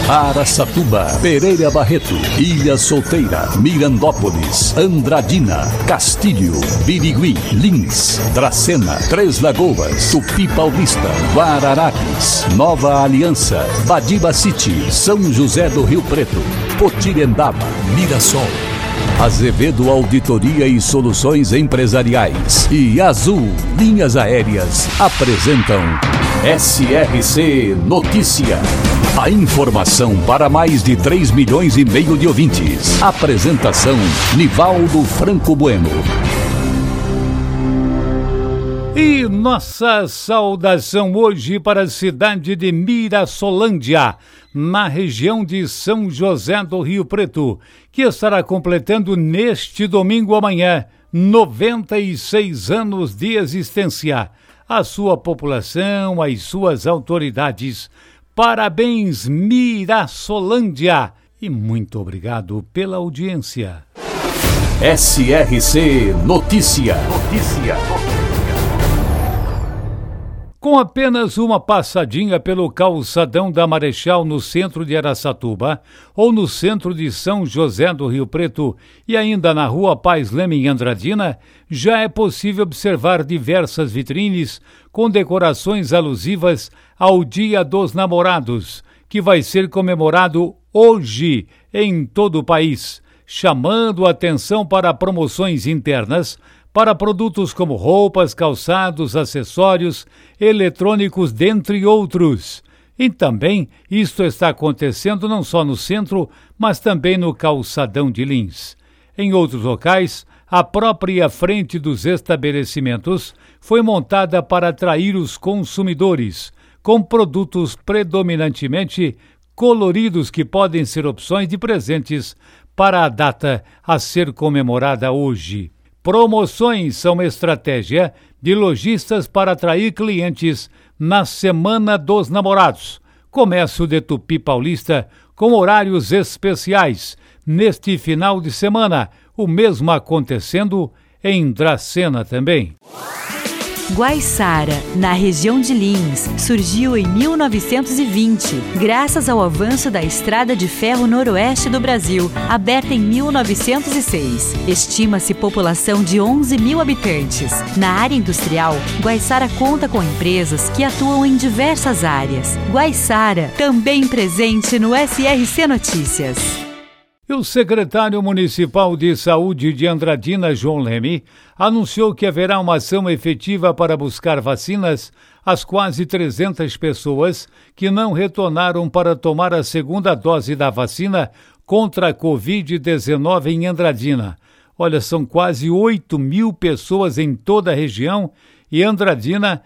Araçatuba, Pereira Barreto, Ilha Solteira, Mirandópolis, Andradina, Castilho, Birigui, Lins, Dracena, Três Lagoas, Tupi Paulista, Guararapes, Nova Aliança, Badiba City, São José do Rio Preto, Potirendaba, Mirassol, Azevedo Auditoria e Soluções Empresariais e Azul Linhas Aéreas apresentam SRC Notícia. A informação para mais de 3,5 milhões de ouvintes. Apresentação Nivaldo Franco Bueno. E nossa saudação hoje para a cidade de Mirassolândia, na região de São José do Rio Preto, que estará completando neste domingo amanhã 96 anos de existência. A sua população, as suas autoridades. Parabéns, Mirassolândia! E muito obrigado pela audiência. SRC Notícia. Com apenas uma passadinha pelo calçadão da Marechal no centro de Araçatuba, ou no centro de São José do Rio Preto e ainda na Rua Paz Leme em Andradina, já é possível observar diversas vitrines com decorações alusivas ao Dia dos Namorados, que vai ser comemorado hoje em todo o país, chamando a atenção para promoções internas, para produtos como roupas, calçados, acessórios, eletrônicos, dentre outros. E também isto está acontecendo não só no centro, mas também no calçadão de Lins. Em outros locais, a própria frente dos estabelecimentos foi montada para atrair os consumidores, com produtos predominantemente coloridos que podem ser opções de presentes para a data a ser comemorada hoje. Promoções são uma estratégia de lojistas para atrair clientes na Semana dos Namorados. Comércio de Tupi Paulista com horários especiais neste final de semana, o mesmo acontecendo em Dracena também. Guaiçara, na região de Lins, surgiu em 1920, graças ao avanço da Estrada de Ferro Noroeste do Brasil, aberta em 1906. Estima-se população de 11 mil habitantes. Na área industrial, Guaiçara conta com empresas que atuam em diversas áreas. Guaiçara, também presente no SRC Notícias. E o secretário municipal de saúde de Andradina, João Leme, anunciou que haverá uma ação efetiva para buscar vacinas às quase 300 pessoas que não retornaram para tomar a segunda dose da vacina contra a Covid-19 em Andradina. Olha, são quase 8 mil pessoas em toda a região e Andradina,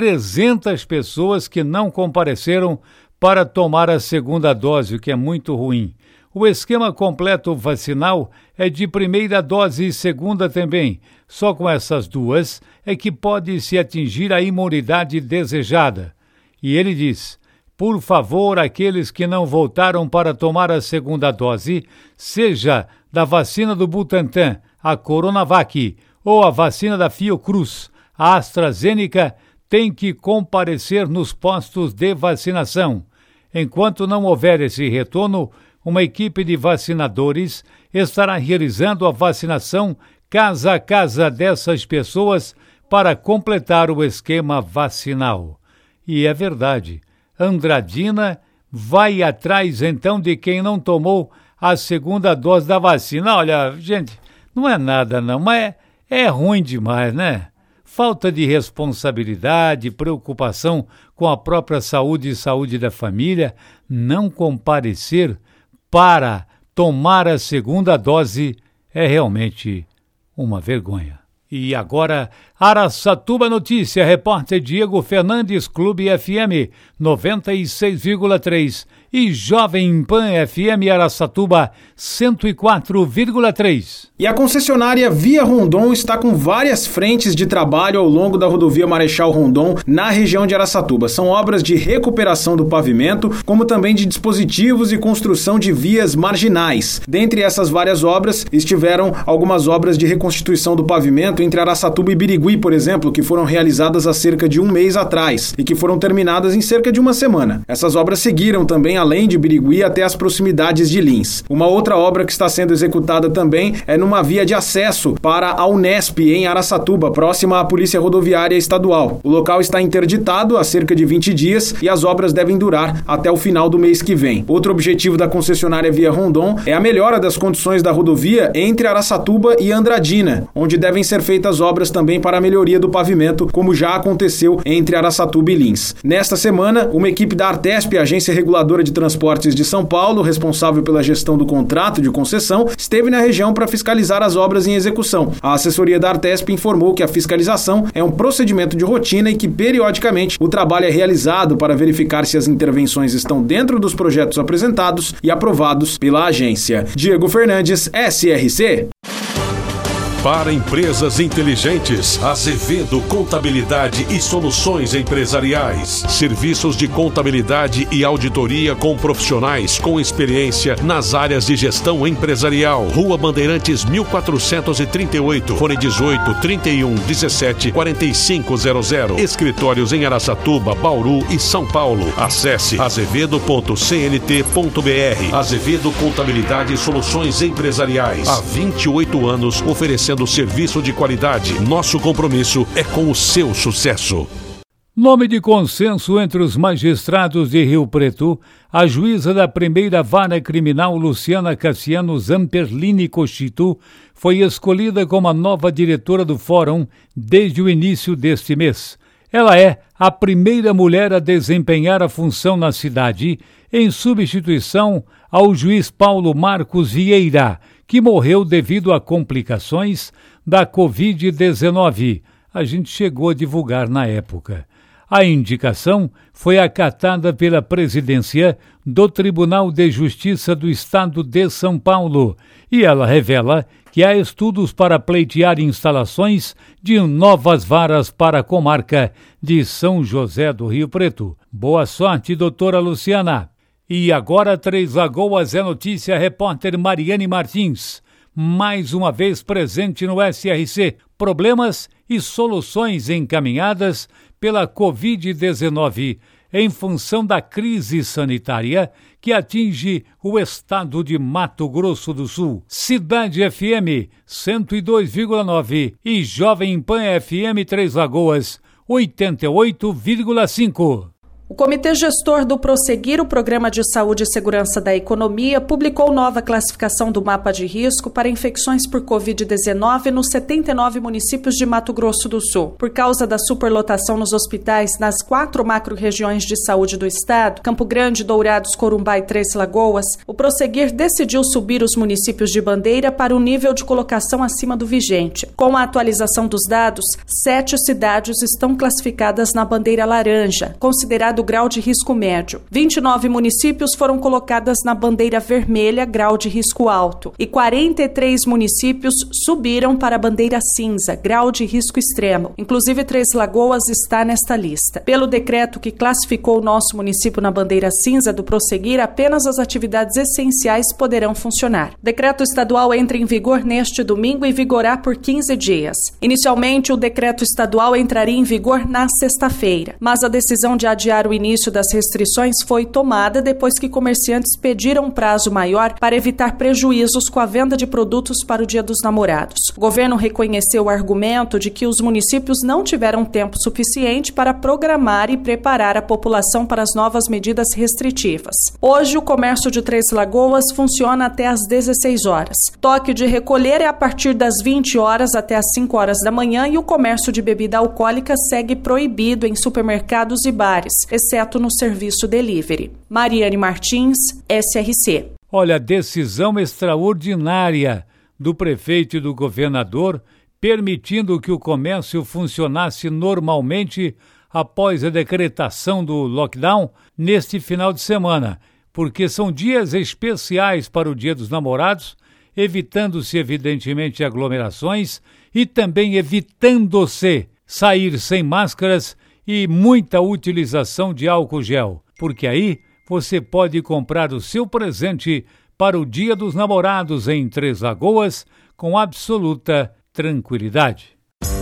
300 pessoas que não compareceram para tomar a segunda dose, o que é muito ruim. O esquema completo vacinal é de primeira dose e segunda também. Só com essas duas é que pode-se atingir a imunidade desejada. E ele diz, por favor, aqueles que não voltaram para tomar a segunda dose, seja da vacina do Butantan, a Coronavac, ou a vacina da Fiocruz, a AstraZeneca, tem que comparecer nos postos de vacinação. Enquanto não houver esse retorno, uma equipe de vacinadores estará realizando a vacinação casa a casa dessas pessoas para completar o esquema vacinal. E é verdade, Andradina vai atrás então de quem não tomou a segunda dose da vacina. Olha, gente, não é nada não, mas é ruim demais, né? Falta de responsabilidade, preocupação com a própria saúde e saúde da família, não comparecer para tomar a segunda dose é realmente uma vergonha. E agora, Araçatuba Notícia, repórter Diego Fernandes, Clube FM 96,3 e Jovem Pan FM Araçatuba 104,3. E a concessionária Via Rondon está com várias frentes de trabalho ao longo da rodovia Marechal Rondon na região de Araçatuba. São obras de recuperação do pavimento, como também de dispositivos e construção de vias marginais. Dentre essas várias obras, estiveram algumas obras de reconstituição do pavimento entre Araçatuba e Birigui, por exemplo, que foram realizadas há cerca de um mês atrás e que foram terminadas em cerca de uma semana. Essas obras seguiram também a além de Birigui até as proximidades de Lins. Uma outra obra que está sendo executada também é numa via de acesso para a Unesp em Araçatuba, próxima à Polícia Rodoviária Estadual. O local está interditado há cerca de 20 dias e as obras devem durar até o final do mês que vem. Outro objetivo da concessionária Via Rondon é a melhora das condições da rodovia entre Araçatuba e Andradina, onde devem ser feitas obras também para a melhoria do pavimento, como já aconteceu entre Araçatuba e Lins. Nesta semana, uma equipe da Artesp, Agência Reguladora de Transportes de São Paulo, responsável pela gestão do contrato de concessão, esteve na região para fiscalizar as obras em execução. A assessoria da Artesp informou que a fiscalização é um procedimento de rotina e que, periodicamente, o trabalho é realizado para verificar se as intervenções estão dentro dos projetos apresentados e aprovados pela agência. Diego Fernandes, SRC. Para empresas inteligentes, Azevedo Contabilidade e Soluções Empresariais. Serviços de contabilidade e auditoria com profissionais com experiência nas áreas de gestão empresarial. Rua Bandeirantes 1438, fone 18 31 17 4500. Escritórios em Araçatuba, Bauru e São Paulo. Acesse azevedo.cnt.br. Azevedo Contabilidade e Soluções Empresariais. Há 28 anos oferecendo serviço de qualidade. Nosso compromisso é com o seu sucesso. Nome de consenso entre os magistrados de Rio Preto, a juíza da primeira vara criminal Luciana Cassiano Zamperlini Cochito foi escolhida como a nova diretora do Fórum desde o início deste mês. Ela é a primeira mulher a desempenhar a função na cidade, em substituição ao juiz Paulo Marcos Vieira, que morreu devido a complicações da Covid-19. A gente chegou a divulgar na época. A indicação foi acatada pela presidência do Tribunal de Justiça do Estado de São Paulo e ela revela que há estudos para pleitear instalações de novas varas para a comarca de São José do Rio Preto. Boa sorte, doutora Luciana. E agora, Três Lagoas é notícia, repórter Mariane Martins. Mais uma vez presente no SRC. Problemas e soluções encaminhadas pela Covid-19 em função da crise sanitária que atinge o estado de Mato Grosso do Sul. Cidade FM 102,9 e Jovem Pan FM Três Lagoas 88,5. O Comitê Gestor do Prosseguir, o Programa de Saúde e Segurança da Economia, publicou nova classificação do mapa de risco para infecções por Covid-19 nos 79 municípios de Mato Grosso do Sul. Por causa da superlotação nos hospitais nas 4 macro-regiões de saúde do estado, Campo Grande, Dourados, Corumbá e Três Lagoas, o Prosseguir decidiu subir os municípios de Bandeira para o nível de colocação acima do vigente. Com a atualização dos dados, 7 cidades estão classificadas na bandeira laranja, considerada do grau de risco médio. 29 municípios foram colocadas na bandeira vermelha, grau de risco alto, e 43 municípios subiram para a bandeira cinza, grau de risco extremo. Inclusive, Três Lagoas está nesta lista. Pelo decreto que classificou o nosso município na bandeira cinza do Prosseguir, apenas as atividades essenciais poderão funcionar. O decreto estadual entra em vigor neste domingo e vigorará por 15 dias. Inicialmente, o decreto estadual entraria em vigor na sexta-feira, mas a decisão de adiar o início das restrições foi tomada depois que comerciantes pediram um prazo maior para evitar prejuízos com a venda de produtos para o Dia dos Namorados. O governo reconheceu o argumento de que os municípios não tiveram tempo suficiente para programar e preparar a população para as novas medidas restritivas. Hoje, o comércio de Três Lagoas funciona até às 16 horas. Toque de recolher é a partir das 20 horas até às 5 horas da manhã e o comércio de bebida alcoólica segue proibido em supermercados e bares, exceto no serviço delivery. Mariane Martins, SRC. Olha, decisão extraordinária do prefeito e do governador permitindo que o comércio funcionasse normalmente após a decretação do lockdown neste final de semana, porque são dias especiais para o Dia dos Namorados, evitando-se evidentemente aglomerações e também evitando-se sair sem máscaras e muita utilização de álcool gel, porque aí você pode comprar o seu presente para o Dia dos Namorados em Três Lagoas com absoluta tranquilidade.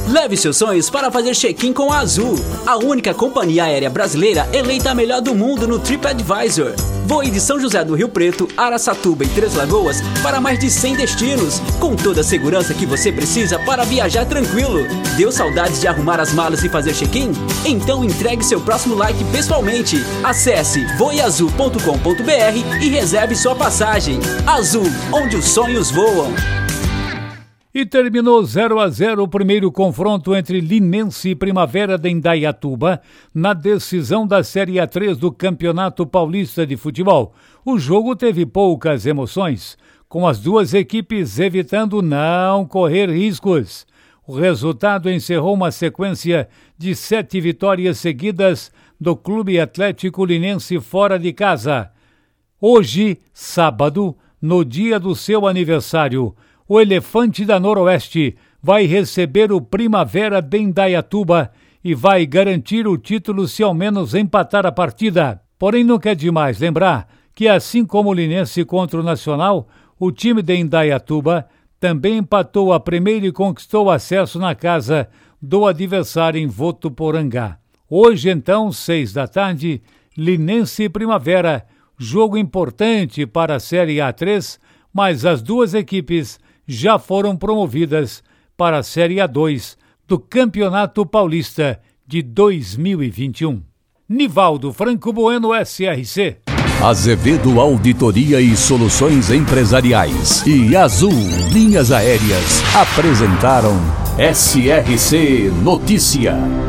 Leve seus sonhos para fazer check-in com a Azul, a única companhia aérea brasileira eleita a melhor do mundo no TripAdvisor. Voe de São José do Rio Preto, Araçatuba e Três Lagoas para mais de 100 destinos, com toda a segurança que você precisa para viajar tranquilo. Deu saudades de arrumar as malas e fazer check-in? Então entregue seu próximo like pessoalmente. Acesse voeazul.com.br e reserve sua passagem. Azul, onde os sonhos voam. E terminou 0-0 o primeiro confronto entre Linense e Primavera de Indaiatuba na decisão da Série A3 do Campeonato Paulista de Futebol. O jogo teve poucas emoções, com as duas equipes evitando não correr riscos. O resultado encerrou uma sequência de 7 vitórias seguidas do Clube Atlético Linense fora de casa. Hoje, sábado, no dia do seu aniversário, o Elefante da Noroeste vai receber o Primavera de Indaiatuba e vai garantir o título se ao menos empatar a partida. Porém, nunca é demais lembrar que, assim como o Linense contra o Nacional, o time de Indaiatuba também empatou a primeira e conquistou acesso na casa do adversário em Votuporanga. Hoje, então, 6 da tarde, Linense e Primavera, jogo importante para a Série A3, mas as duas equipes já foram promovidas para a Série A2 do Campeonato Paulista de 2021. Nivaldo Franco Bueno, SRC. Azevedo Auditoria e Soluções Empresariais e Azul Linhas Aéreas apresentaram SRC Notícia.